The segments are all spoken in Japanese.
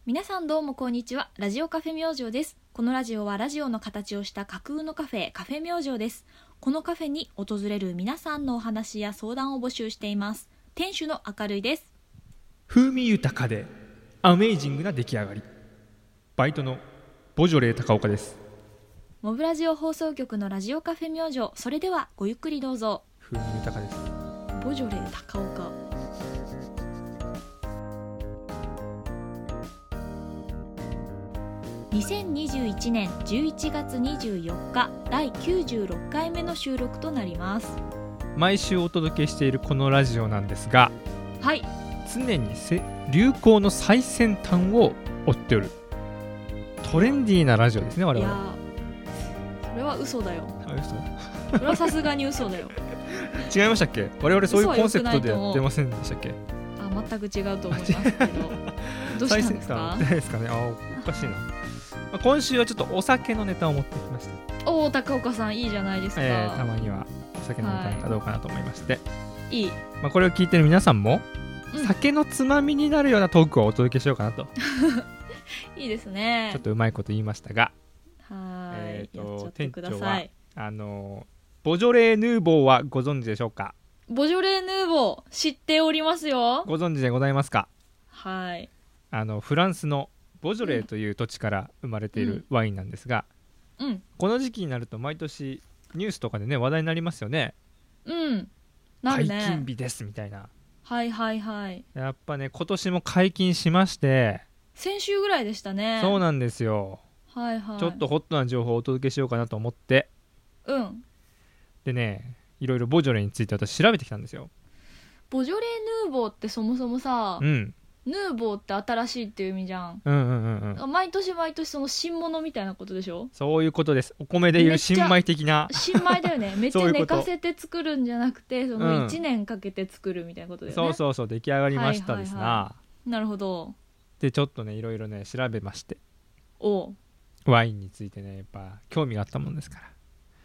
皆さんどうもこんにちは。ラジオカフェ明星です。このラジオはラジオの形をした架空のカフェ、カフェ明星です。このカフェに訪れる皆さんのお話や相談を募集しています。店主の明るいです。 風味豊かでアメイジングな出来上がり、バイトのボジョレー高岡です。 モブラジオ放送局のラジオカフェ明星、それではごゆっくりどうぞ。 風味豊かです。 ボジョレー高岡。2021年11月24日第96回目の収録となります。 毎週お届けしているこのラジオなんですが、 はい、 常に流行の最先端を追っておるトレンディーなラジオですね、我々。 いやそれは嘘だよ。 嘘。 それはさすがに嘘だよ。 違いましたっけ？我々そういうコンセプトでやってませんでしたっけ？ 全く違うと思いますけどどうしたんですか？ 最先端ですかね。おかしいな。今週はちょっとお酒のネタを持ってきました。 おお、高岡さんいいじゃないですか。 たまにはお酒のネタがどうかなと思いまして、 いい。 これを聞いてる皆さんも、 うん、 酒のつまみになるようなトークをお届けしようかなといいですね。 ちょっとうまいこと言いましたが、 やっちゃってください。 店長はボジョレーヌーボーはご存知でしょうか？ ボジョレーヌーボー知っておりますよ。 ご存知でございますか？ はい。 フランスのボジョレーという土地から生まれているワインなんですが、 うん、 この時期になると毎年ニュースとかでね話題になりますよね。 なるね。 解禁日ですみたいな。 はいはいはい。 やっぱね、今年も解禁しまして、 先週ぐらいでしたね。 そうなんですよ。 はいはい。 ちょっとホットな情報をお届けしようかなと思って、でね、いろいろボジョレーについて私調べてきたんですよ。 ボジョレーヌーボーってそもそもさ、ヌーボーって新しいっていう意味じゃん。毎年毎年その新物みたいなことでしょ？ そういうことです。お米でいう新米的な。 新米だよね。めっちゃ寝かせて作るんじゃなくて、その1年かけて作るみたいなことだよね。 そう出来上がりましたですな。 なるほど。 でちょっとねいろいろね調べまして、ワインについてねやっぱ興味があったもんですから。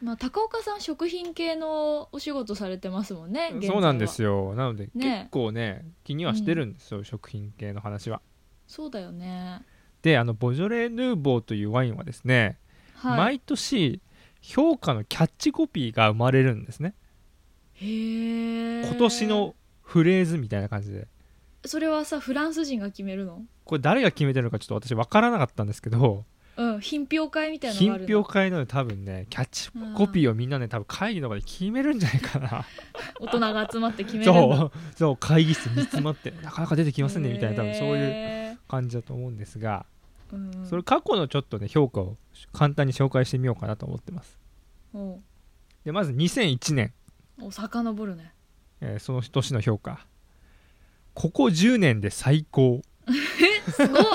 高岡さん食品系のお仕事されてますもんね。 そうなんですよ。なので、結構ね気にはしてるんですよ、食品系の話は。 そうだよね。 でボジョレーヌーボーというワインはですね、毎年評価のキャッチコピーが生まれるんですね。 へえ。 今年のフレーズみたいな感じで。 それはさ、フランス人が決めるの？ これ誰が決めてるのかちょっと私分からなかったんですけど、 品評会みたいなのがあるの。 品評会ので多分ねキャッチコピーをみんなね多分会議の場で決めるんじゃないかな。 大人が集まって決めるんだ。 そう会議室に集まってなかなか出てきませんねみたいな多分そういう感じだと思うんですが、それ過去のちょっとね評価を簡単に紹介してみようかなと思ってます。でまず2001年、 遡るね。 その年の評価、ここ10年で最高。 すごい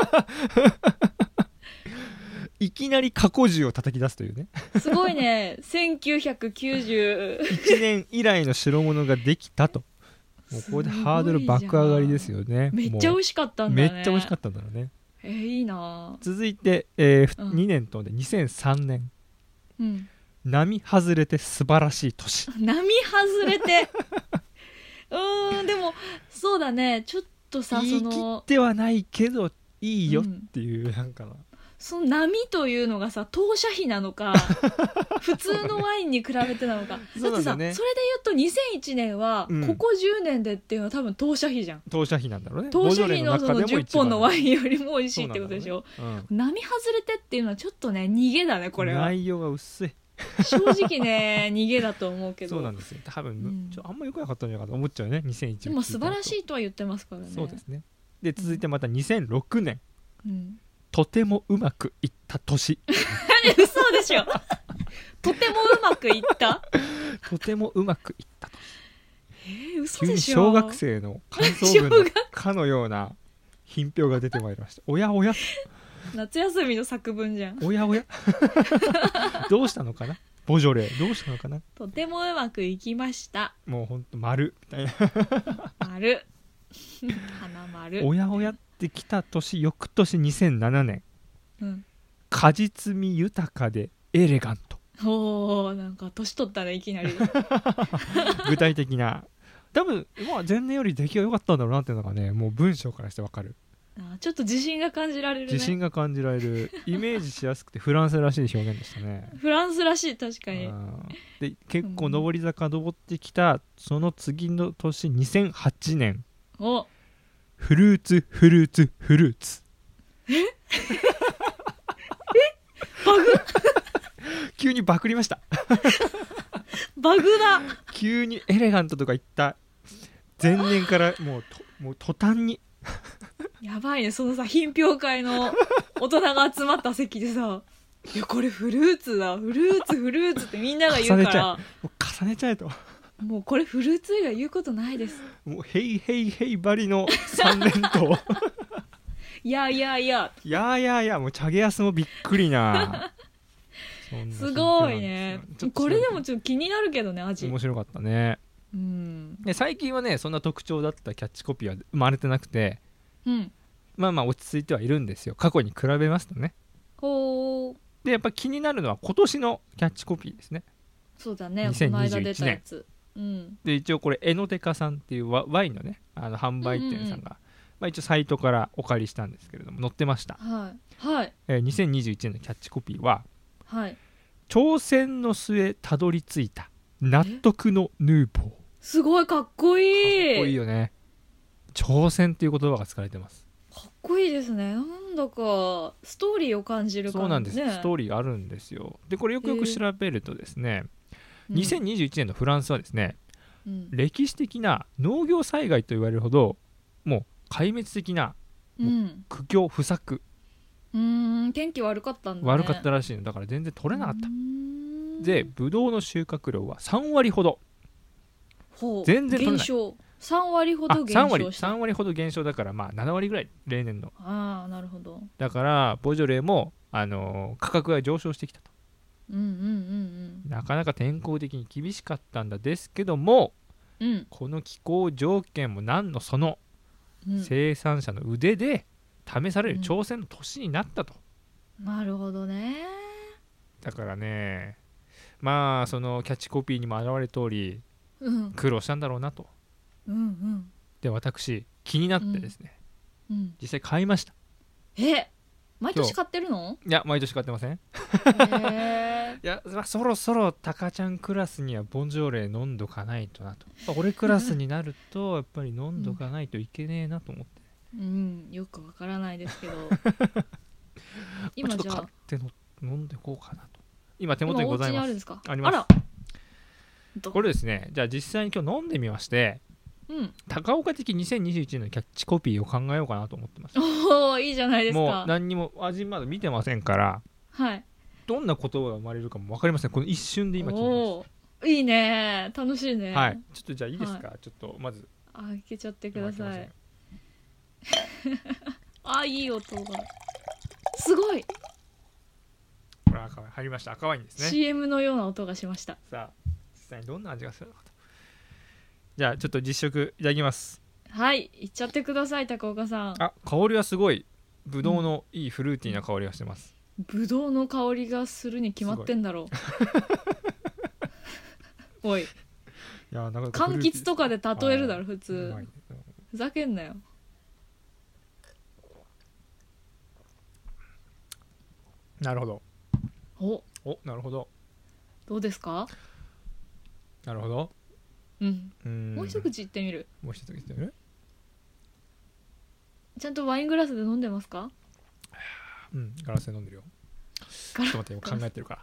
いきなり過去10を叩き出すというね。 すごいね。1991 年以来の白物ができたと。もうこれでハードル爆上がりですよね。 めっちゃ美味しかったんだね。 めっちゃ美味しかったんだろうね。 いいな。 続いて、2年とで2003年、並外れて素晴らしい年。 並外れてでもそうだね。ちょっとさ、 言い切ってはないけどいいよっていう、なんかな、 その波というのがさ、当社費なのか普通のワインに比べてなのか。だってさ、それで言うと2001年はここ10年でっていうのは多分当社費じゃん。 当社費なんだろうね。 当社費のその10本のワインよりも美味しいってことでしょ。波外れてっていうのはちょっとね逃げだね、これは。 内容が薄い。 正直ね逃げだと思うけど。 そうなんですよ。多分、あんま良くなかったんじゃないかと思っちゃうね。2001年でも素晴らしいとは言ってますからね。 そうですね。で続いてまた2006年、とてもうまくいった年。 嘘でしょ。とてもうまくいったとてもうまくいった年。嘘でしょ。 急に小学生の感想文のかのような品評が出てまいりました。おやおや、 夏休みの作文じゃん。 おやおやどうしたのかな、ボジョレーどうしたのかな。 とてもうまくいきました。 もうほんと丸みたいな丸花丸。 おやおやってきた年、翌年2007年、果実味豊かでエレガント。 なんか年取ったねいきなり具体的な。多分前年より出来が良かったんだろうなっていうのがね、もう文章からして分かる。 ちょっと自信が感じられるね。 自信が感じられる、イメージしやすくてフランスらしい表現でしたね。 フランスらしい、確かに。 で結構上り坂登ってきた、その次の年2008年、 おフルーツフルーツフルーツバグ急にバクりましたバグだ。 急にエレガントとか言った前年からもう途端にやばいね、そのさ品評会の大人が集まった席でさいやこれフルーツだ、フルーツフルーツってみんなが言うからもう重ねちゃえと、 もうこれフルーツ以外言うことないです。 もうヘイヘイヘイばりの3連投いやいやいやいやいやいや、もうチャゲヤスもびっくりなすごいね。これでもちょっと気になるけどね、味面白かったね。で最近はねそんな特徴だったキャッチコピーは生まれてなくて、まあまあ落ち着いてはいるんですよ、過去に比べますとね。 ほうでやっぱ気になるのは今年のキャッチコピーですね。 そうだね、 2021年この間出たやつ。 で一応これエノテカさんっていうワインのね販売店さんが、一応サイトからお借りしたんですけれども載ってました。2021年のキャッチコピーは、挑戦の末たどり着いた納得のヌーボー。 すごいかっこいい。 かっこいいよね。挑戦っていう言葉が使われてます。 かっこいいですね。なんだかストーリーを感じる感じ、ね、 そうなんです、ストーリーがあるんですよ。でこれよくよく調べるとですね、2021年のフランスはですね、歴史的な農業災害と言われるほどもう壊滅的な、苦境不作、 天気悪かったんだね。 悪かったらしいのだから全然取れなかった。でブドウの収穫量は3割ほど全然取れない。 減少3割ほど減少した。 3割ほど減少だから、まあ7割ぐらい例年の。 なるほど。 だからボジョレーも、価格が上昇してきたと。なかなか天候的に厳しかったんだですけども、この気候条件も何のその、生産者の腕で試される挑戦の年になったと。 なるほどね。 だからね、まあそのキャッチコピーにも表れる通り、苦労したんだろうなと。で私気になってですね、実際買いました。 毎年買ってるの？ いや毎年買ってません。いや、そろそろタカちゃんクラスにはボンジョーレ飲んどかないとなと。俺クラスになるとやっぱり飲んどかないといけねえなと思って、 よくわからないですけど今じゃあちょっと買って飲んでこうかなと。今手元にございます。 あるんですか？ あります。これですね、じゃあ実際に今日飲んでみまして、高岡的2021年のキャッチコピーを考えようかなと思ってます。 おー、いいじゃないですか。 もう何にも味まだ見てませんから、どんな言葉が生まれるかも分かりません。この一瞬で今聞いてます。 いいね、楽しいね。 ちょっとじゃあいいですか、ちょっとまず開けちゃってください。いい音がすごい。 これ赤ワイン入りました。赤ワインですね。 CM のような音がしました。 さあ実際にどんな味がするのかと。じゃあちょっと実食いただきます。 いっちゃってください高岡さん。 香りはすごいブドウのいいフルーティーな香りがしてます。 ブドウの香りがするに決まってんだろうおい、柑橘とかで例えるだろ普通。ふざけんなよ。 なるほど。なるほど。 どうですか？ なるほど。 もう一口いってみる。ちゃんとワイングラスで飲んでますか？ ガラスで飲んでるよ。ちょっと待って、今考えてる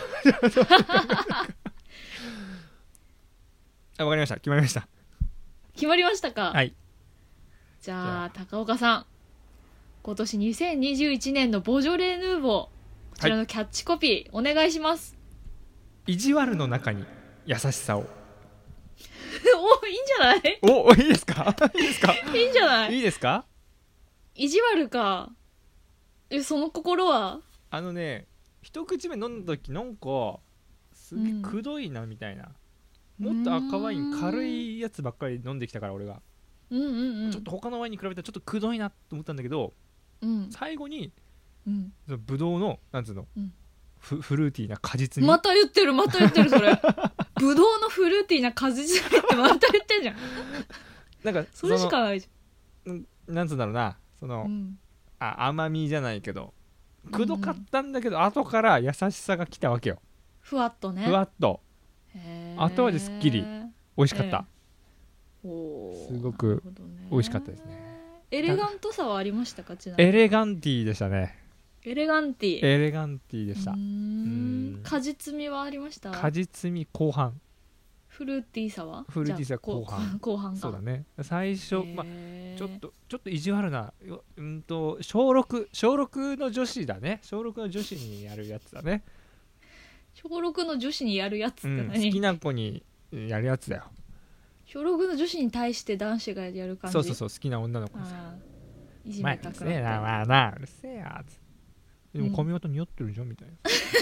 からわかりました。決まりました。 決まりましたか？じゃあ高岡さん、今年2021年のボジョレ・ヌーボー、こちらのキャッチコピーお願いします。 意地悪の中に優しさを。 いいんじゃない？ いいですか？ いいんじゃない？ いいですか？ 意地悪か。その心は？ 一口目飲んだ時なんかすげえくどいなみたいな、もっと赤ワイン軽いやつばっかり飲んできたから俺が、ちょっと他のワインに比べたらちょっとくどいなと思ったんだけど、最後に、ブドウのなんつうの、フルーティーな果実味。 また言ってるそれブドウのフルーティーな果実味ってまた言ってんじゃん。なんかそれしかないじゃん。 なんつうんだろうな、 その、甘みじゃないけどくどかったんだけど、後から優しさが来たわけよ。 ふわっとね。 ふわっと後味すっきり美味しかった、すごく美味しかったですね。 エレガントさはありましたか？ちなみにエレガンティーでしたね。 エレガンティーでした。 果実味はありました？ 果実味後半。 フルーティーさは？ フルーティーさ後半そうだね。最初、ちょっと意地悪な小6の女子だね。小6の女子にやるやつだね。 小6の女子にやるやつって何？ 好きな子にやるやつだよ。 小6の女子に対して男子がやる感じ。 そう好きな女の子にさ、 いじめたくなった。 まあなうるせえやつ。でも髪型似合ってるじゃんみたいな。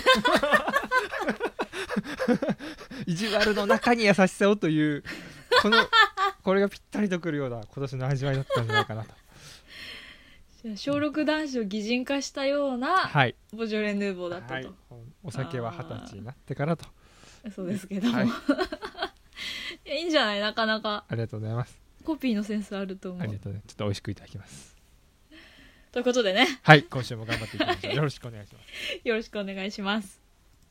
意地悪の中に優しさをというこれがぴったりとくるような今年の味わいだったんじゃないかなと。 小6男子を擬人化したようなボジョレ・ヌーボーだったと、 お酒は20歳になってからと。 そうですけども、いいんじゃない？なかなか。 ありがとうございます。 コピーのセンスあると思う。 ありがとうね。ちょっと美味しくいただきます。 ということでね、 はい、今週も頑張っていきましょう。よろしくお願いします。 よろしくお願いします。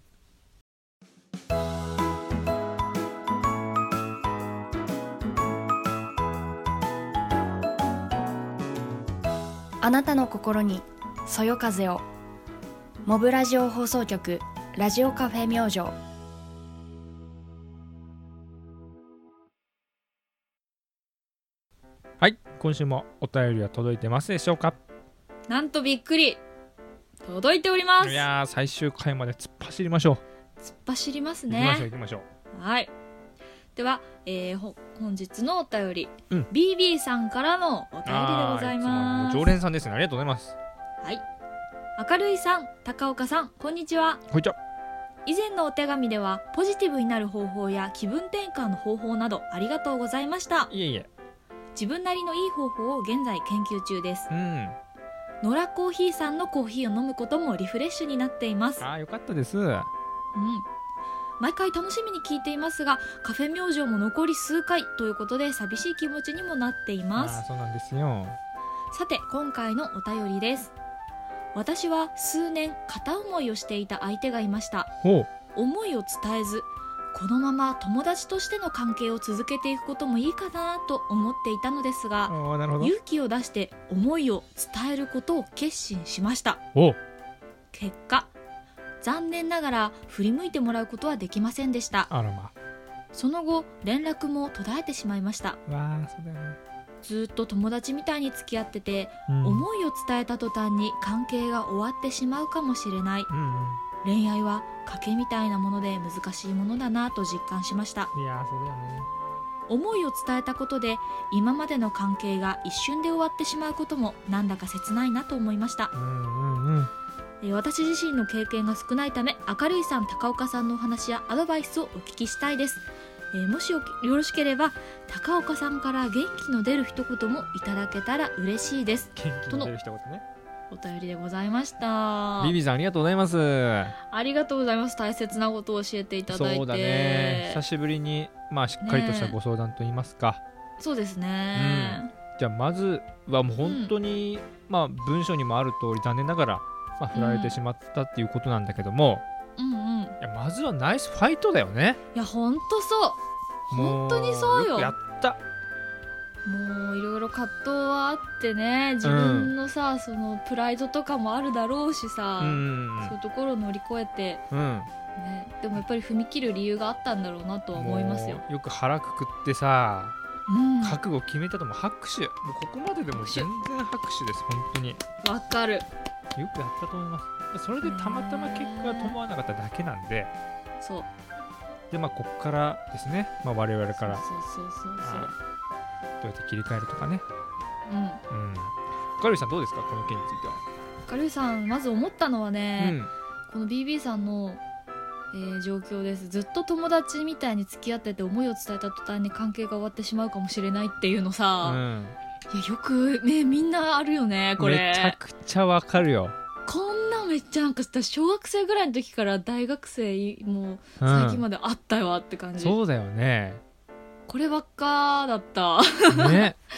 あなたの心にそよ風を。モブラジオ放送局ラジオカフェ明星。 はい、今週もお便りは届いてますでしょうか？ なんとびっくり届いております。 いやー、最終回まで突っ走りましょう。 突っ走りますね。 行きましょう。 はい。では、本日のお便り、BB さんからのお便りでございます。 いつも常連さんですね。ありがとうございます。 はい。明るいさん、高岡さん、こんにちは。 こんにちは。 以前のお手紙ではポジティブになる方法や気分転換の方法などありがとうございました。 いえいえ。 自分なりのいい方法を現在研究中です。ノラコーヒーさんのコーヒーを飲むこともリフレッシュになっています。 よかったです。 毎回楽しみに聞いていますが、カフェ明星も残り数回ということで寂しい気持ちにもなっています。 そうなんですよ。 さて、今回のお便りです。私は数年片思いをしていた相手がいました。思いを伝えず、このまま友達としての関係を続けていくこともいいかなと思っていたのですが、勇気を出して思いを伝えることを決心しました。結果、残念ながら振り向いてもらうことはできませんでした。その後連絡も途絶えてしまいました。 そうだよね。 ずっと友達みたいに付き合ってて、思いを伝えた途端に関係が終わってしまうかもしれない。恋愛は賭けみたいなもので難しいものだなと実感しました。 そうだよね。 思いを伝えたことで今までの関係が一瞬で終わってしまうこともなんだか切ないなと思いました。私自身の経験が少ないため、明るいさん、高岡さんのお話やアドバイスをお聞きしたいです。もしよろしければ高岡さんから元気の出る一言もいただけたら嬉しいです。 元気の出る一言ね。 お便りでございました。 ビビさん、ありがとうございます。 ありがとうございます。大切なことを教えていただいて。 そうだね、久しぶりに、しっかりとしたご相談といいますか。 そうですね、 じゃあまずはもう本当に、文章にもある通り残念ながら、振られてしまったっていうことなんだけども、いやまずはナイスファイトだよね。 いやほんとそう、本当にそうよ。 よくやった。 もういろいろ葛藤はあってね、自分のさ、そのプライドとかもあるだろうしさ、そういうところを乗り越えて、でもやっぱり踏み切る理由があったんだろうなとは思いますよ。 よく腹くくってさ、覚悟決めたとも拍手。もうここまででも全然拍手です。本当にわかる。 よくやったと思います。それでたまたま結果が伴わなかっただけなんで。 そうで、ここからですね、我々からそうどうやって切り替えるとかね。明るいさんどうですか、この件については。 明るいさん、まず思ったのはね、この BB さんの、状況です。ずっと友達みたいに付き合ってて思いを伝えた途端に関係が終わってしまうかもしれないっていうのさ、いやよくね、みんなあるよねこれ。 めちゃくちゃわかるよ。 こんなめっちゃ小学生ぐらいの時から大学生も最近まであったよって感じ。 そうだよね。 こればっかだったね。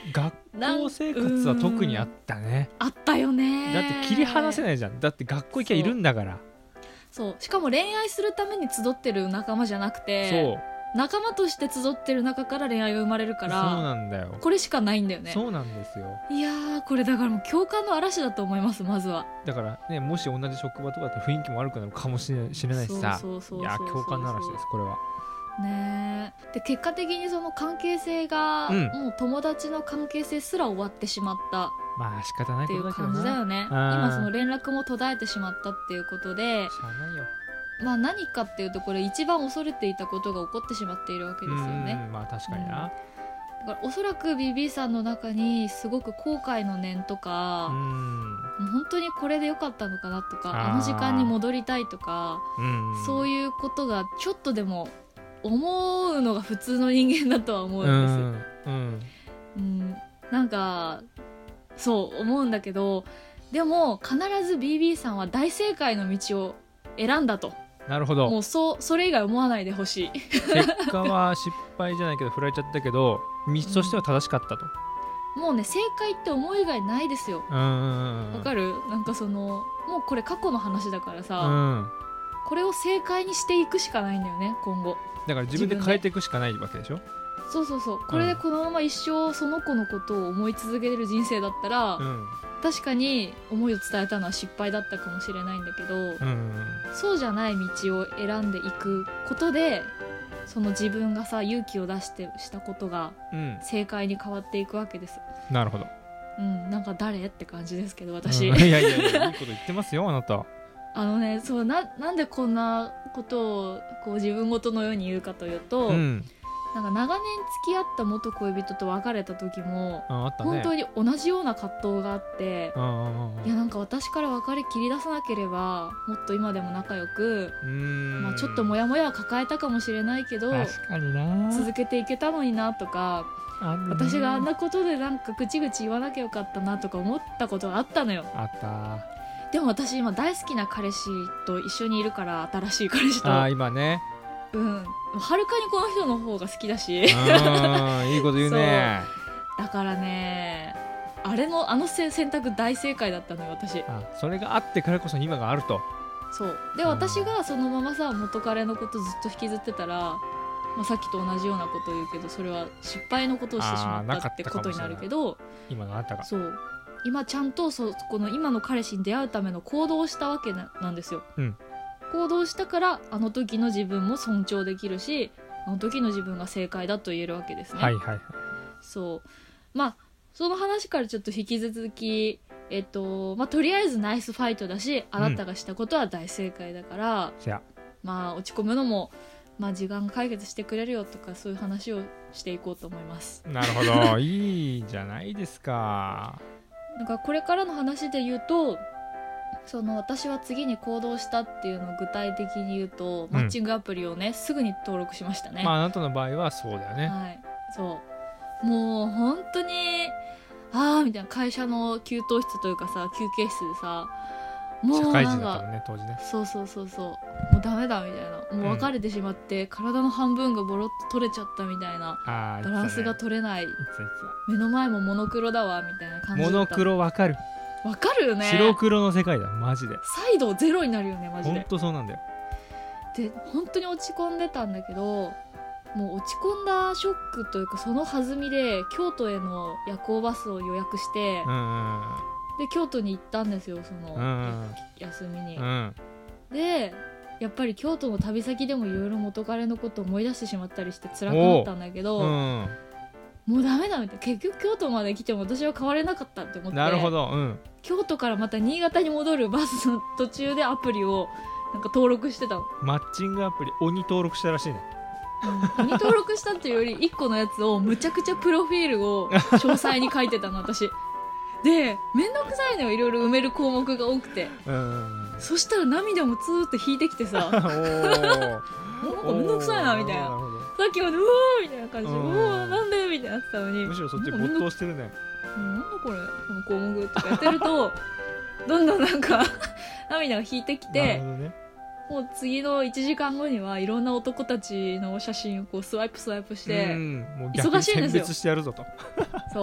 学校生活は特にあったね。 あったよね。 だって切り離せないじゃん。だって学校行きゃいるんだから。 そうしかも恋愛するために集ってる仲間じゃなくて、 そう仲間として集ってる中から恋愛が生まれるから、 そうなんだよ。 これしかないんだよね。 そうなんですよ。 いやーこれだからもう共感の嵐だと思います。まずはだからね、もし同じ職場とかだと雰囲気も悪くなるかもしれないしさ、いや共感の嵐ですこれはね。で結果的にその関係性が、もう友達の関係性すら終わってしまったまあ仕方ないことだけどなっていう感じだよね。今その連絡も途絶えてしまったっていうことで、 しゃあないよ。 まあ何かっていうとこれ一番恐れていたことが起こってしまっているわけですよね。 まあ確かにな、 だからおそらく BB さんの中にすごく後悔の念とか、もう本当にこれでよかったのかなとか、あの時間に戻りたいとか、そういうことがちょっとでも思うのが普通の人間だとは思うんです。なんかそう思うんだけど、でも必ず BB さんは大正解の道を選んだと。 なるほど。 もうそれ以外思わないでほしい。 結果は失敗じゃないけど振られちゃったけど道としては正しかったと、 もうね正解って思い以外ないですよ。わかる？なんかそのもうこれ過去の話だからさ、これを正解にしていくしかないんだよね今後。 だから自分で変えていくしかないわけでしょ。 そうそうそう。これでこのまま一生その子のことを思い続ける人生だったら、確かに思いを伝えたのは失敗だったかもしれないんだけど、そうじゃない道を選んでいくことでその自分がさ勇気を出してしたことが正解に変わっていくわけです。 なるほど。 なんか誰って感じですけど私、 いやいやいいこと言ってますよあなた。 そうなんでこんなことをこう自分ごとのように言うかというと、なんか長年付き合った元恋人と別れた時も、本当に同じような葛藤があって、いやなんか私から別れ切り出さなければもっと今でも仲良く、まあ、ちょっとモヤモヤ抱えたかもしれないけど確かにな続けていけたのになとか、私があんなことでなんかぐちぐち言わなきゃよかったなとか思ったことがあったのよ。 あった。 でも私今大好きな彼氏と一緒にいるから、新しい彼氏と。 今ね、 はるかにこの人の方が好きだし。 いいこと言うね。 だからね、あの選択大正解だったのよ私。 それがあってからこそ今があると。 そうで、私がそのままさ元彼のことずっと引きずってたら、さっきと同じようなことを言うけど、それは失敗のことをしてしまったってことになるけど、 今のあなたがそう今ちゃんとこの今の彼氏に出会うための行動をしたわけなんですよ。行動したからあの時の自分も尊重できるし、あの時の自分が正解だと言えるわけですね。そうその話からちょっと引き続きとりあえずナイスファイトだし、あなたがしたことは大正解だから、落ち込むのも時間が解決してくれるよとか、そういう話をしていこうと思います。 なるほど。いいじゃないですか。 なんかこれからの話で言うと、私は次に行動したっていうのを具体的に言うと、マッチングアプリをねすぐに登録しましたね。 あなたの場合はそうだよね。 そうもう本当にみたいな、会社の給湯室というかさ、休憩室でさ、もう社会人だったもんね当時ね。 そうもうダメだみたいな、もう別れてしまって、体の半分がボロッと取れちゃったみたいな、バランスが取れない、目の前もモノクロだわみたいな感じだった。 モノクロわかるよね。 白黒の世界だマジで。 サイドゼロになるよねマジで。 ほんとそうなんだよ。 で本当に落ち込んでたんだけど、もう落ち込んだショックというか、その弾みで京都への夜行バスを予約して、で京都に行ったんですよ、その、休みに。でやっぱり京都の旅先でもいろいろ元彼のことを思い出してしまったりして辛くなったんだけど、もうダメだみたいな、結局京都まで来ても私は変われなかったって思って。 なるほど、 京都からまた新潟に戻るバスの途中でアプリをなんか登録してたの。 マッチングアプリ鬼登録したらしいね。 鬼登録したっていうより1個のやつをむちゃくちゃプロフィールを詳細に書いてたの私で、めんどくさいのよ、いろいろ埋める項目が多くて。そしたら涙もツーって引いてきてさなんかめんどくさいなみたいな、さっきまでうわーみたいな感じで、うわーなんでみたいになってたのに、 むしろそっち没頭してるね。 なんだこれこの項目とかやってるとどんどんなんか涙が引いてきて、もう次の1時間後にはいろんな男たちの写真をこうスワイプして、 もう忙しいんですよ。選別してやるぞとそ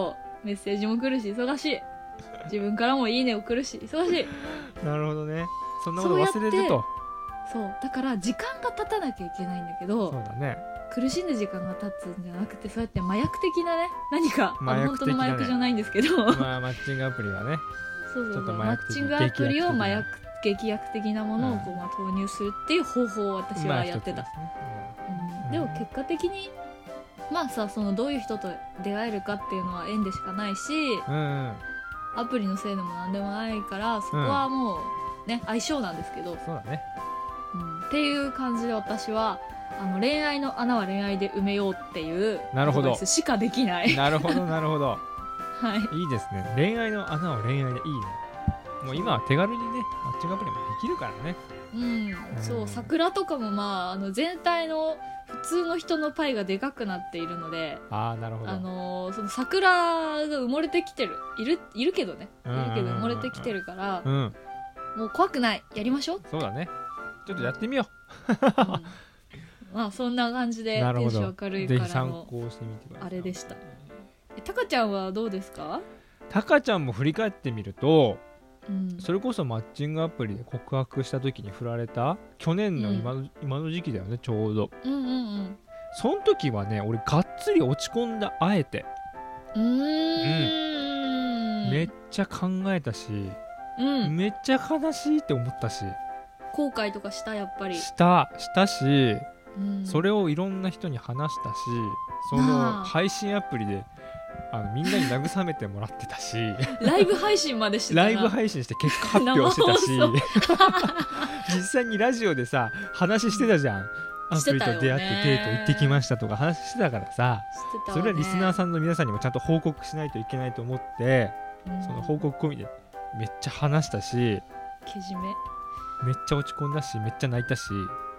メッセージも来るし忙しい、自分からもいいねを来るし忙しい。 なるほどね。そんなこと忘れると。 そうだから時間が経たなきゃいけないんだけど、 そうだね。 苦しんで時間が経つんじゃなくて、そうやって麻薬的なね、何か、 麻薬的なね、 本当の麻薬じゃないんですけどまあマッチングアプリはね、 そうそうそう、マちょっと麻薬的ッチングアプリを麻薬劇劇薬的なものをこう、投入するっていう方法を私はやってた、 まあ一つですね。 でも結果的にまあさ、そのどういう人と出会えるかっていうのは縁でしかないし、アプリのせいでもなんでもないから、そこはもうね、相性なんですけど、 そうだね。 っていう感じで私は恋愛の穴は恋愛で埋めようっていうアドバイスしかできない。 なるほどなるほどはい、 いいですね。恋愛の穴は恋愛でいいね。もう今は手軽にねマッチングアプリもできるからね。 そう桜とかも全体の普通の人のパイがでかくなっているので、 なるほど。 その桜が埋もれてきてる、いるけどね、いるけど埋もれてきてるから、もう怖くない、やりましょう。 そうだね、ちょっとやってみよう。まあそんな感じでテンション明るいからのぜひ参考してみてください。 あれでした。たかちゃんはどうですか？ たかちゃんも振り返ってみると、それこそマッチングアプリで告白した時に振られた去年の今の時期だよね、ちょうど。その時はね、俺がっつり落ち込んだ、あえて。めっちゃ考えたし、めっちゃ悲しいって思ったし、 後悔とかした？やっぱりしたし、それをいろんな人に話したし、その配信アプリでみんなに慰めてもらってたしライブ配信までしてたな。 ライブ配信して結果発表してたし実際にラジオでさ話してたじゃん。アプリと出会ってデート行ってきましたとか話してたからさ、それはリスナーさんの皆さんにもちゃんと報告しないといけないと思って、その報告込みでめっちゃ話したし、 けじめめっちゃ落ち込んだし、めっちゃ泣いたし、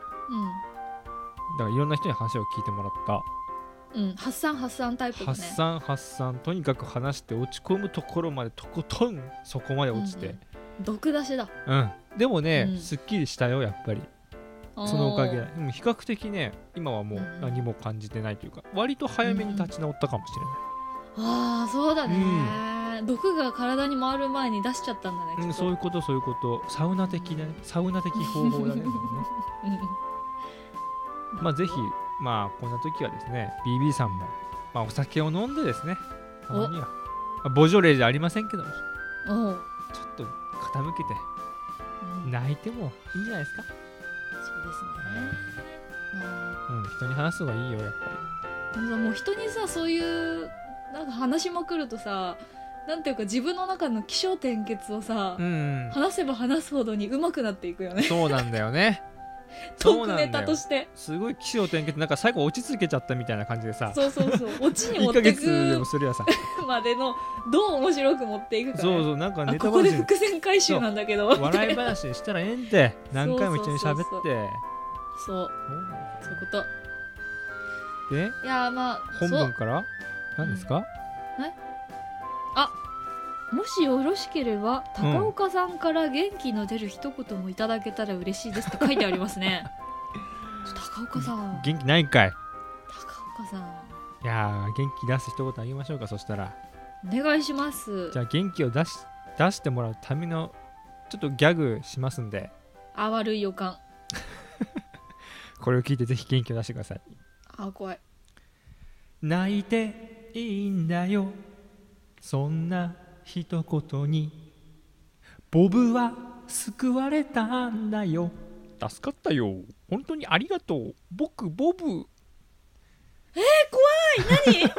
だからいろんな人に話を聞いてもらった。 発散タイプだね。 発散とにかく話して落ち込むところまでとことんそこまで落ちて、 毒出しだ。 でもね、すっきりしたよやっぱり。そのおかげで比較的ね、今はもう何も感じてないというか、割と早めに立ち直ったかもしれない。そうだね、毒が体に回る前に出しちゃったんだね、 そういうことサウナ的方法だねまあぜひこんな時はですね、 BB さんも、お酒を飲んでですね、たまにはボジョレーじゃありませんけども、ちょっと傾けて泣いてもいいんじゃないですか。 そうですね。 人に話す方がいいよやっぱり。 もう人にさ、そういうなんか話しまくるとさ、なんていうか自分の中の起承転結をさ、話せば話すほどに上手くなっていくよね。 そうなんだよねトークネタとしてすごい起承転結、なんか最後落ち着けちゃったみたいな感じでさ、 そうオチに持っていく 1ヶ月でもするやさまでのどう面白く持っていくか、 なんかネタ話、 ここで伏線回収なんだけど笑い話したらええんで何回も一緒に喋って、 そういうことで、いや本文から何ですか？ もしよろしければ高岡さんから元気の出る一言もいただけたら嬉しいですって書いてありますね高岡さん元気ないんかい。 高岡さん、 いや元気出す一言あげましょうか。そしたらお願いします。 じゃあ元気を出してもらうためのちょっとギャグしますんで。 悪い予感これを聞いてぜひ元気を出してください。 怖い。 泣いていいんだよ、そんな一言にボブは救われたんだよ、助かったよ、本当にありがとう、僕ボブ。 怖い。何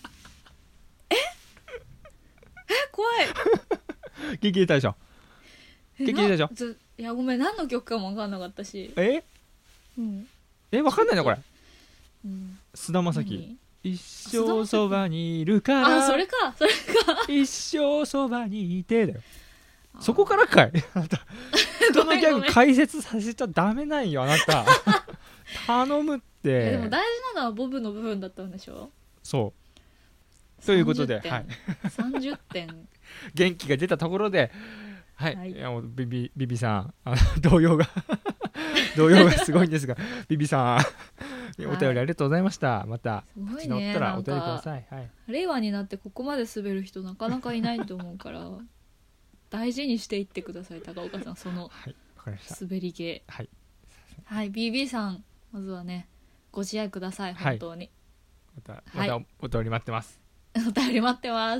怖い元気出たでしょ。元気出たでしょ。 いやごめん、何の曲かも分かんなかったし。 分かんないのこれ。菅田将暉、一生そばにいるから、 それか一生そばにいてだよ。そこからかいあなた人のギャグ解説させちゃダメなんよあなた頼むって。 でも大事なのはボブの部分だったんでしょ。 そうということで、 30点元気が出たところで、いやもうビビさん動揺がすごいんですがビビさんお便りありがとうございました。またすごい口乗っね、 たらお便りください。はい、 令和になってここまで滑る人なかなかいないと思うから大事にしていってください、高岡さん、そのはい、わかりました。 滑り芸。 はい、 はい、BB さんまずはねご自愛ください、本当に。 またお便り待ってます。 お便り待ってます。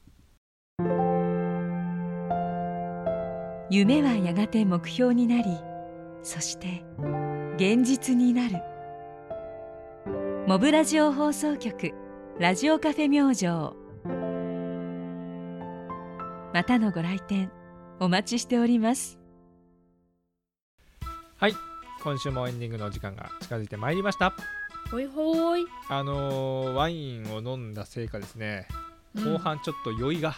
夢はやがて目標になり、そして現実になる。モブラジオ放送局ラジオカフェ明星。またのご来店お待ちしております。 はい、今週もエンディングの時間が近づいてまいりました。 ほいほい。 ワインを飲んだせいかですね、後半ちょっと酔いが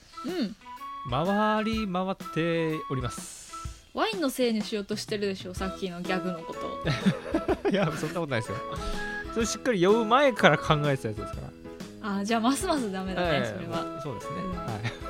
回り回っております。 ワインのせいにしようとしてるでしょ、さっきのギャグのこといや、そんなことないですよ。それしっかり酔う前から考えてたやつですから。 じゃあますますダメだね、それは。 そうですね、はい、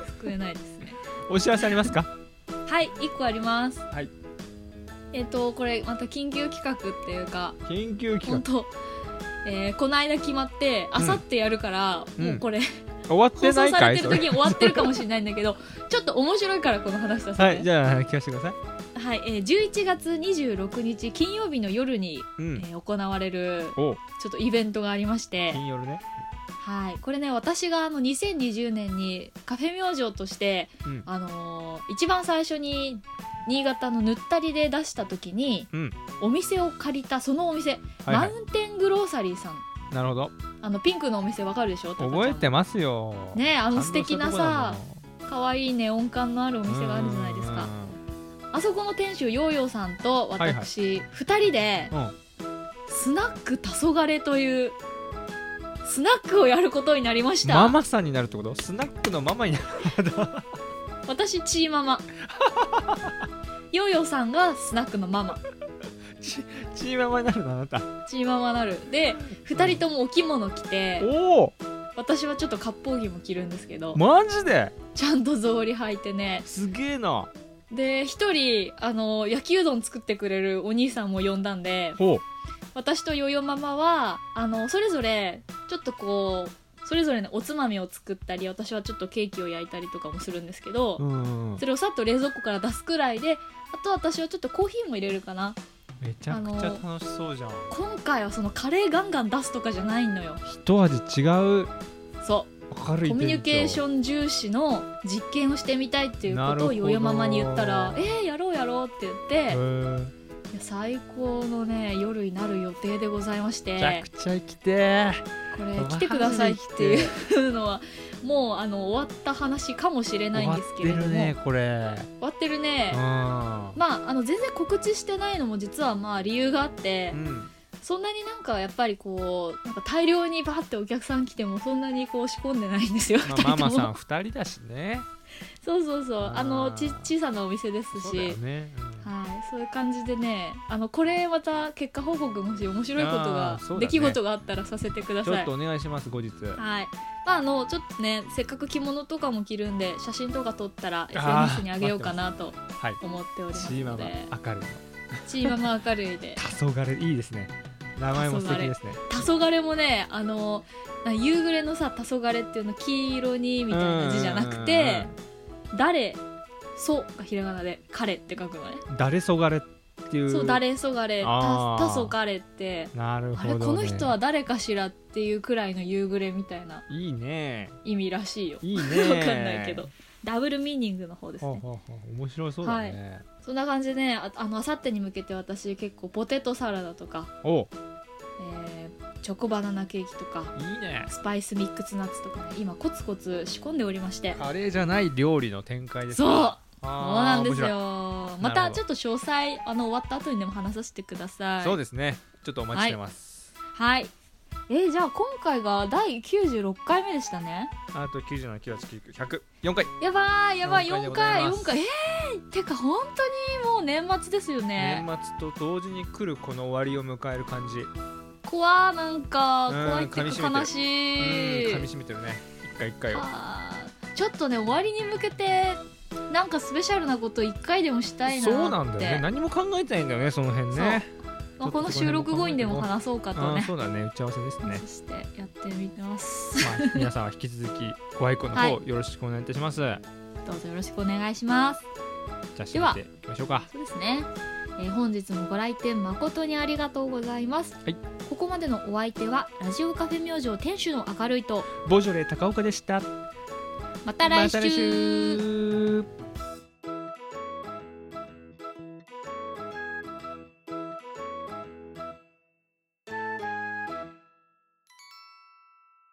救えないですね。 お知らせありますか？ はい、1個あります。 はい、 これまた緊急企画っていうか、 緊急企画、 本当、この間決まってあさってやるから、もうこれ、 終わってないかい？ 放送されてる時に終わってるかもしれないんだけどちょっと面白いからこの話させて。 はい、じゃあ聞かせてください。 はい、11月26日金曜日の夜に、行われるちょっとイベントがありまして、 金夜ね。 はい、これね、私が2020年にカフェ明星として、一番最初に新潟のぬったりで出した時に、お店を借りたそのお店、マウンテングローサリーさん。 なるほど。 ピンクのお店わかるでしょ？ 覚えてますよね。素敵なさ、可愛いネオン感のあるお店があるじゃないですか。あそこの店主ヨーヨーさんと私、2人で、スナック黄昏というスナックをやることになりました。 ママさんになるってこと？スナックのママになる私チーママヨーヨーさんがスナックのママチーママになるの？あなたチーママになる。で2人ともお着物着て、私はちょっと割烹着も着るんですけど、 マジでちゃんと草履履いてね、 すげえな。 で一人焼きうどん作ってくれるお兄さんも呼んだんで、私とヨーヨーママはそれぞれちょっとこうそれぞれのおつまみを作ったり、私はちょっとケーキを焼いたりとかもするんですけど、それをさっと冷蔵庫から出すくらいで、あと私はちょっとコーヒーも入れるかな。 めちゃくちゃ楽しそうじゃん。 今回はそのカレーガンガン出すとかじゃないのよ。 一味違う。 そう、コミュニケーション重視の実験をしてみたいっていうことをヨーヨーママに言ったら、やろうやろうって言って、いや最高のね夜になる予定でございまして、 めちゃくちゃ来て、 これ来てくださいっていうのはもう終わった話かもしれないんですけれども、 終わってるねこれ。 終わってるね。全然告知してないのも実は理由があって、そんなになんかやっぱりこうなんか大量にバーってお客さん来てもそんなにこう仕込んでないんですよ。 ママさん2人だしね。 そう小さなお店ですし、 そうだよね、 そういう感じでね、これまた結果報告もし面白いことが、出来事があったらさせてください。 ちょっとお願いします後日。 はい、ちょっとねせっかく着物とかも着るんで写真とか撮ったら SNS にあげようかなと思っておりますので。チーママ明るいで黄昏いいですね。名前も素敵ですね。 黄昏もね夕暮れのさ黄昏っていうの黄色にみたいな字じゃなくて、誰そがひらがなで彼って書くのね。 誰そがれっていう。 そう誰そがれたそがれって、 なるほど、ね、 あれこの人は誰かしらっていうくらいの夕暮れみたいな。 いいね。 意味らしいよ。 いいね。 わかんないけどダブルミーニングの方ですね。 面白そうだね。 そんな感じでね、あさってに向けて私結構ポテトサラダとか、チョコバナナケーキとか、 いいね、 スパイスミックスナッツとかね、今コツコツ仕込んでおりまして。 カレーじゃない料理の展開ですね。 そうなんですよ。またちょっと詳細終わった後にでも話させてください。 そうですね、ちょっとお待ちしてます。 はい、じゃあ今回が第96回目でしたね。 あと97、98、99、100、4回。 やばい4回。てか本当にもう年末ですよね。 年末と同時に来るこの終わりを迎える感じ。 なんか怖いっていうか悲しい。 噛み締めてるね、一回を。 ちょっとね終わりに向けてなんかスペシャルなこと1回でもしたいなって。 そうなんだよね、何も考えてないんだよねその辺ね。 まあ、この収録後にでも話そうかとね。 そうだね、打ち合わせですね。 そしてやってみます。 まあ、皆さんは引き続きご愛顧の方よろしくお願いいたします。どうぞよろしくお願いします。 じゃあ締めていきましょうか。 そうですね。本日もご来店誠にありがとうございます。はい、ここまでのお相手はラジオカフェ明星店主の明るいとボジョレー高岡でした。 また来週。